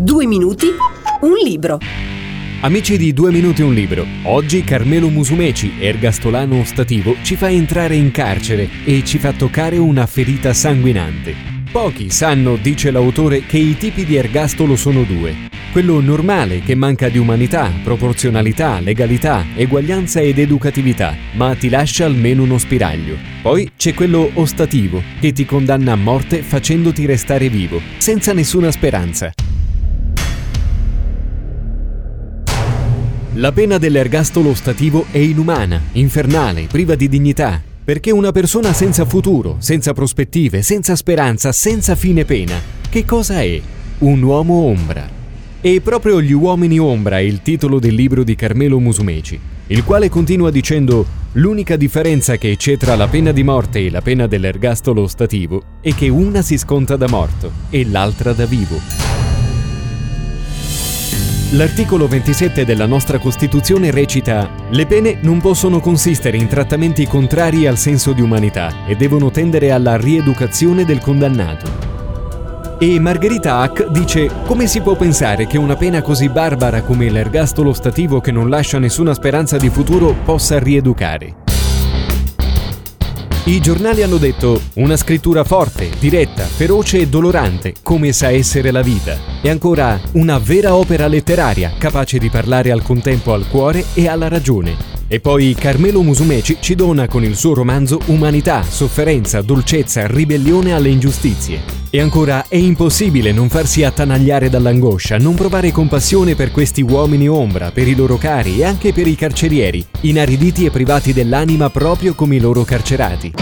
2 minuti, un libro. Amici di 2 minuti un libro, oggi Carmelo Musumeci, ergastolano ostativo, ci fa entrare in carcere e ci fa toccare una ferita sanguinante. Pochi sanno, dice l'autore, che i tipi di ergastolo sono 2. Quello normale, che manca di umanità, proporzionalità, legalità, eguaglianza ed educatività, ma ti lascia almeno uno spiraglio. Poi c'è quello ostativo, che ti condanna a morte facendoti restare vivo, senza nessuna speranza. La pena dell'ergastolo ostativo è inumana, infernale, priva di dignità, perché una persona senza futuro, senza prospettive, senza speranza, senza fine pena, che cosa è? Un uomo ombra. E proprio Gli uomini ombra è il titolo del libro di Carmelo Musumeci, il quale continua dicendo: l'unica differenza che c'è tra la pena di morte e la pena dell'ergastolo ostativo è che una si sconta da morto e l'altra da vivo. L'articolo 27 della nostra Costituzione recita: le pene non possono consistere in trattamenti contrari al senso di umanità e devono tendere alla rieducazione del condannato. E Margherita Hack dice: come si può pensare che una pena così barbara come l'ergastolo ostativo, che non lascia nessuna speranza di futuro, possa rieducare? I giornali hanno detto: una scrittura forte, diretta, feroce e dolorante, come sa essere la vita. E ancora, una vera opera letteraria, capace di parlare al contempo al cuore e alla ragione. E poi Carmelo Musumeci ci dona con il suo romanzo umanità, sofferenza, dolcezza, ribellione alle ingiustizie. E ancora, è impossibile non farsi attanagliare dall'angoscia, non provare compassione per questi uomini ombra, per i loro cari e anche per i carcerieri, inariditi e privati dell'anima proprio come i loro carcerati.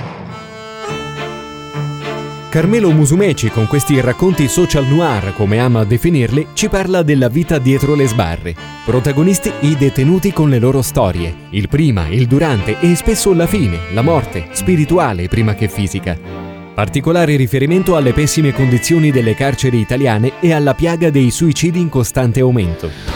Carmelo Musumeci, con questi racconti social noir, come ama definirli, ci parla della vita dietro le sbarre. Protagonisti i detenuti con le loro storie, il prima, il durante e spesso la fine, la morte, spirituale prima che fisica. Particolare riferimento alle pessime condizioni delle carceri italiane e alla piaga dei suicidi in costante aumento.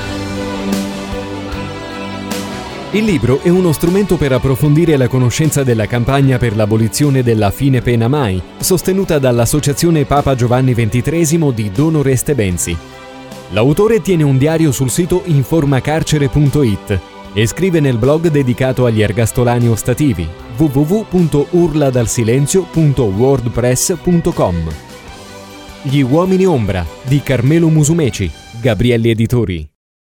Il libro è uno strumento per approfondire la conoscenza della campagna per l'abolizione della fine pena mai, sostenuta dall'Associazione Papa Giovanni XXIII di Don Oreste Benzi. L'autore tiene un diario sul sito informacarcere.it e scrive nel blog dedicato agli ergastolani ostativi www.urladalsilenzio.wordpress.com. Gli uomini ombra di Carmelo Musumeci, Gabrielli Editori.